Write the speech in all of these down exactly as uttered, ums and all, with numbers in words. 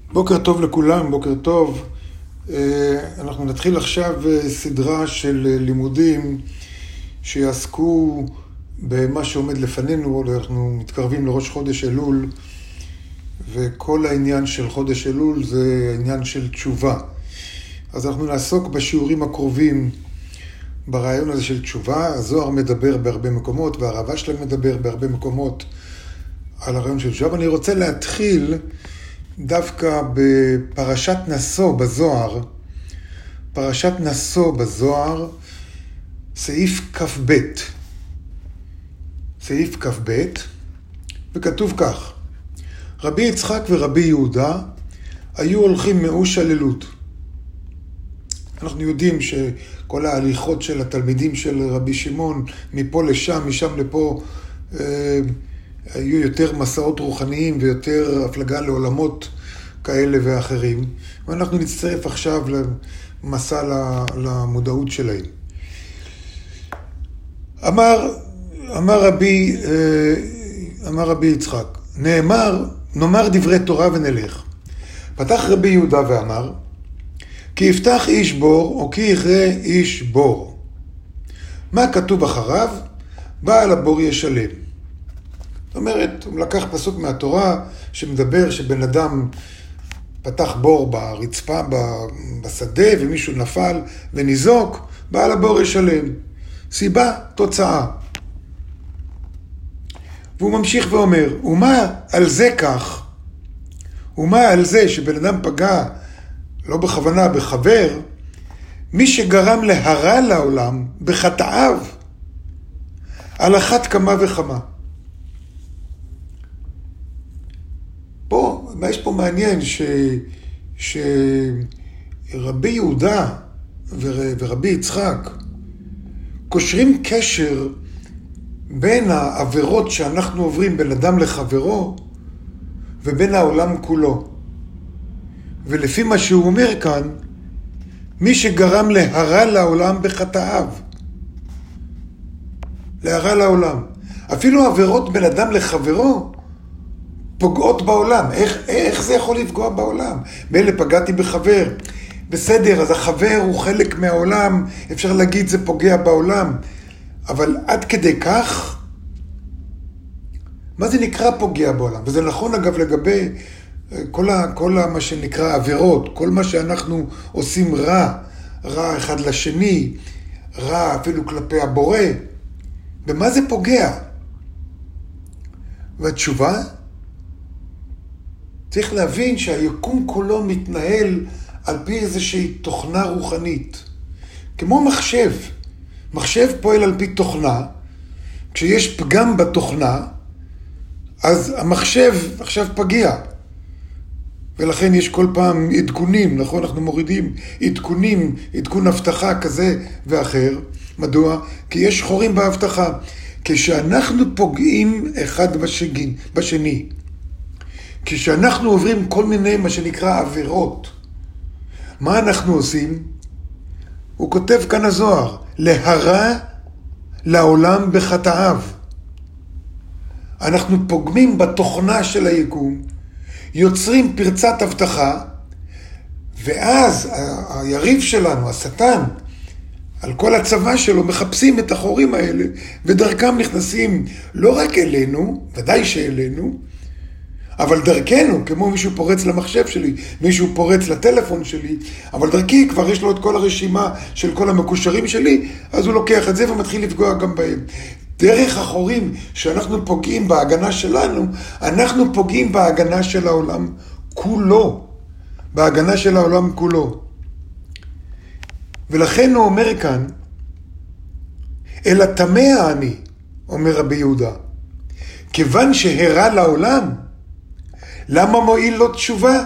בוקר טוב לכולם, בוקר טוב. אנחנו נתחיל עכשיו סדרה של לימודים שיעסקו במה שעומד לפנינו. אנחנו מתקרבים לראש חודש אלול, וכל העניין של חודש אלול זה העניין של תשובה. אז אנחנו נעסוק בשיעורים הקרובים ברעיון הזה של תשובה. הזוהר מדבר בהרבה מקומות, והרב שלהם מדבר בהרבה מקומות על הרעיון של תשובה. אני רוצה להתחיל דווקא בפרשת נשוא בזוהר, פרשת נשוא בזוהר, סעיף כ"ב. סעיף כ"ב, וכתוב כך: רבי יצחק ורבי יהודה היו הולכים מאוש הלילות. אנחנו יודעים שכל ההליכות של התלמידים של רבי שמעון, מפה לשם, משם לפה, אה, היו יותר מסעות רוחניים ויותר הפלגה לעולמות כאלה ואחרים. ואנחנו נצטרף עכשיו למסע למודעות שלהם. אמר, אמר רבי, אמר רבי יצחק, נאמר, נאמר דברי תורה ונלך. פתח רבי יהודה ואמר, כי יפתח איש בור או כי יכרה איש בור. מה כתוב אחריו? בעל הבור ישלם. זאת אומרת, הוא לקח פסוק מהתורה שמדבר שבן אדם פתח בור ברצפה, בשדה, ומישהו נפל וניזוק, בעל הבור ישלם. סיבה, תוצאה. והוא ממשיך ואומר, ומה על זה כך? ומה על זה שבן אדם פגע, לא בכוונה, בחבר, מי שגרם להרע לעולם בחטאיו, על אחת כמה וכמה. פה, מה יש פה מעניין? ש, שרבי יהודה ור, ורבי יצחק קושרים קשר בין העבירות שאנחנו עוברים בין אדם לחברו ובין העולם כולו. ולפי מה שהוא אומר כאן, מי שגרם להרע לעולם בחטאיו. להרע לעולם. אפילו עבירות בין אדם לחברו פוגעות בעולם. איך, איך זה יכול לפגוע בעולם? מילא פגעתי בחבר. בסדר, אז החבר הוא חלק מהעולם, אפשר להגיד זה פוגע בעולם. אבל עד כדי כך, מה זה נקרא פוגע בעולם? וזה נכון אגב לגבי כל, ה, כל ה, מה שנקרא עבירות, כל מה שאנחנו עושים רע, רע אחד לשני, רע אפילו כלפי הבורא. במה זה פוגע? והתשובה? צריך להבין שהיקום כולו מתנהל על פי איזושהי תוכנה רוחנית. כמו מחשב. מחשב פועל על פי תוכנה. כשיש פגם בתוכנה, אז המחשב עכשיו פגיע. ולכן יש כל פעם עדכונים, נכון? אנחנו מורידים עדכונים, עדכון הבטחה כזה ואחר. מדוע? כי יש חורים בהבטחה. כשאנחנו פוגעים אחד בשני, בשני, כשאנחנו עוברים כל מיני מה שנקרא עבירות, מה אנחנו עושים? הוא כותב כאן הזוהר, להרע לעולם בחטאיו. אנחנו פוגמים בתוכנה של היקום, יוצרים פרצת הבטחה, ואז היריב שלנו, השטן, על כל הצבא שלו מחפשים את החורים האלה, ודרכם נכנסים לא רק אלינו, ודאי שאלינו, אבל דרכנו, כמו מישהו פורץ למחשב שלי, מישהו פורץ לטלפון שלי, אבל דרכי כבר יש לו את כל הרשימה של כל המקושרים שלי, אז הוא לוקח את זה ומתחיל לפגוע גם בהם. דרך החורים שאנחנו פוגעים בהגנה שלנו, אנחנו פוגעים בהגנה של העולם כולו. בהגנה של העולם כולו. ולכן הוא אומר כאן, אלא תמה אני, אומר רבי יהודה, כיוון שהרע לעולם, למה מועיל לו תשובה?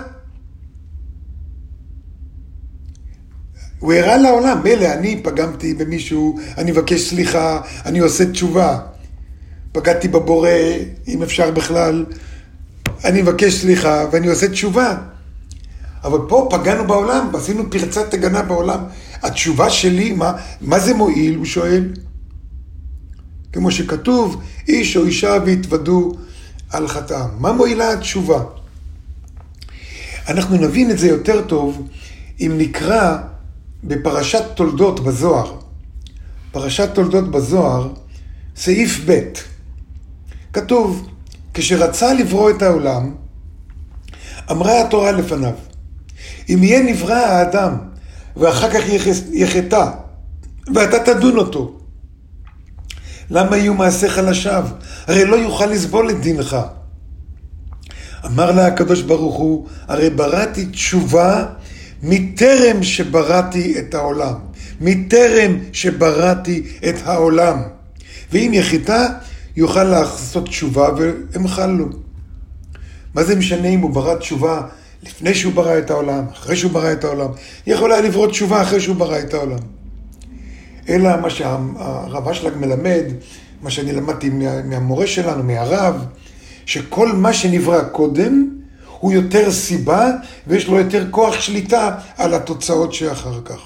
הוא הרע לעולם. מילא, אני פגמתי במישהו, אני מבקש סליחה, אני עושה תשובה. פגעתי בבורא, אם אפשר בכלל, אני מבקש סליחה ואני עושה תשובה. אבל פה פגענו בעולם, עשינו פרצת הגנה בעולם. התשובה שלי, מה, מה זה מועיל? הוא שואל. כמו שכתוב, איש או אישה והתוודו על חטאם. מה מועילה התשובה? אנחנו נבין את זה יותר טוב אם נקרא בפרשת תולדות בזוהר. פרשת תולדות בזוהר, סעיף ב', כתוב, כשרצה לברוא את העולם, אמרה התורה לפניו, אם יהיה נברא האדם, ואחר כך יחטא, ואתה תדון אותו, למה יהיו מעשיך לשווא? הרי לא יוכל לסבול את דינך. אמר לה הקדוש ברוך הוא, הרי בראתי תשובה מטרם שבראתי את העולם. מטרם שבראתי את העולם. ואם יחטא, יוכל לעשות תשובה והם חלו. מה זה משנה אם הוא ברא תשובה לפני שהוא ברא את העולם, אחרי שהוא ברא את העולם? יכול היה לברוא תשובה אחרי שהוא ברא את העולם. אלא מה שהרב אשלג מלמד, מה שאני למדתי מהמורה שלנו, מהרב, שכל מה שנברא קודם הוא יותר סיבה ויש לו יותר כוח שליטה על התוצאות שאחר כך.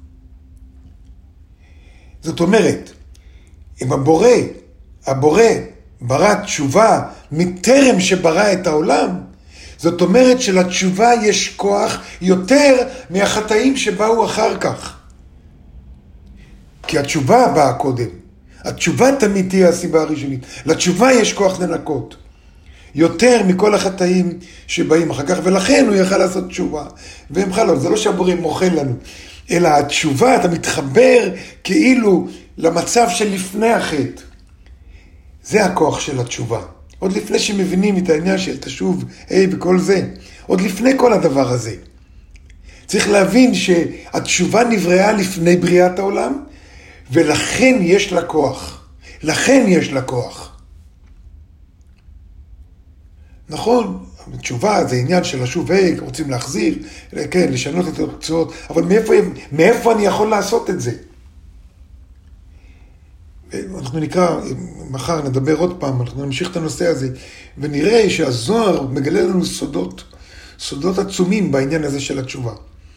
זאת אומרת, אם הבורא, הבורא ברא תשובה מטרם שברא את העולם, זאת אומרת שלתשובה יש כוח יותר מהחטאים שבאו אחר כך. כי התשובה באה קודם. התשובה תמיד תהיה הסיבה הראשונית. לתשובה יש כוח לנקות. יותר מכל החטאים שבאים אחר כך, ולכן הוא יכל לעשות תשובה. והם חלו, זה לא שהבורא מוחל לנו, אלא התשובה, אתה מתחבר כאילו למצב של לפני החטא. זה הכוח של התשובה. עוד לפני שמבינים את העניין של תשוב, היי וכל זה. עוד לפני כל הדבר הזה. צריך להבין שהתשובה נבראה לפני בריאת העולם, ולכן יש לה כוח. לכן יש לה כוח. נכון, תשובה זה עניין של לשוב, היי, רוצים להחזיר, כן, לשנות את התוצאות, אבל מאיפה, מאיפה אני יכול לעשות את זה? אנחנו נקרא, מחר נדבר עוד פעם, אנחנו נמשיך את הנושא הזה, ונראה שהזוהר מגלה לנו סודות, סודות עצומים בעניין הזה של התשובה.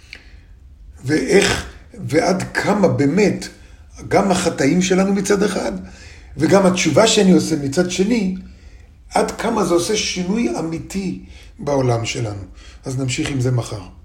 ואיך, ועד כמה באמת, גם החטאים שלנו מצד אחד, וגם התשובה שאני עושה מצד שני, עד כמה זה עושה שינוי אמיתי בעולם שלנו. אז נמשיך עם זה מחר.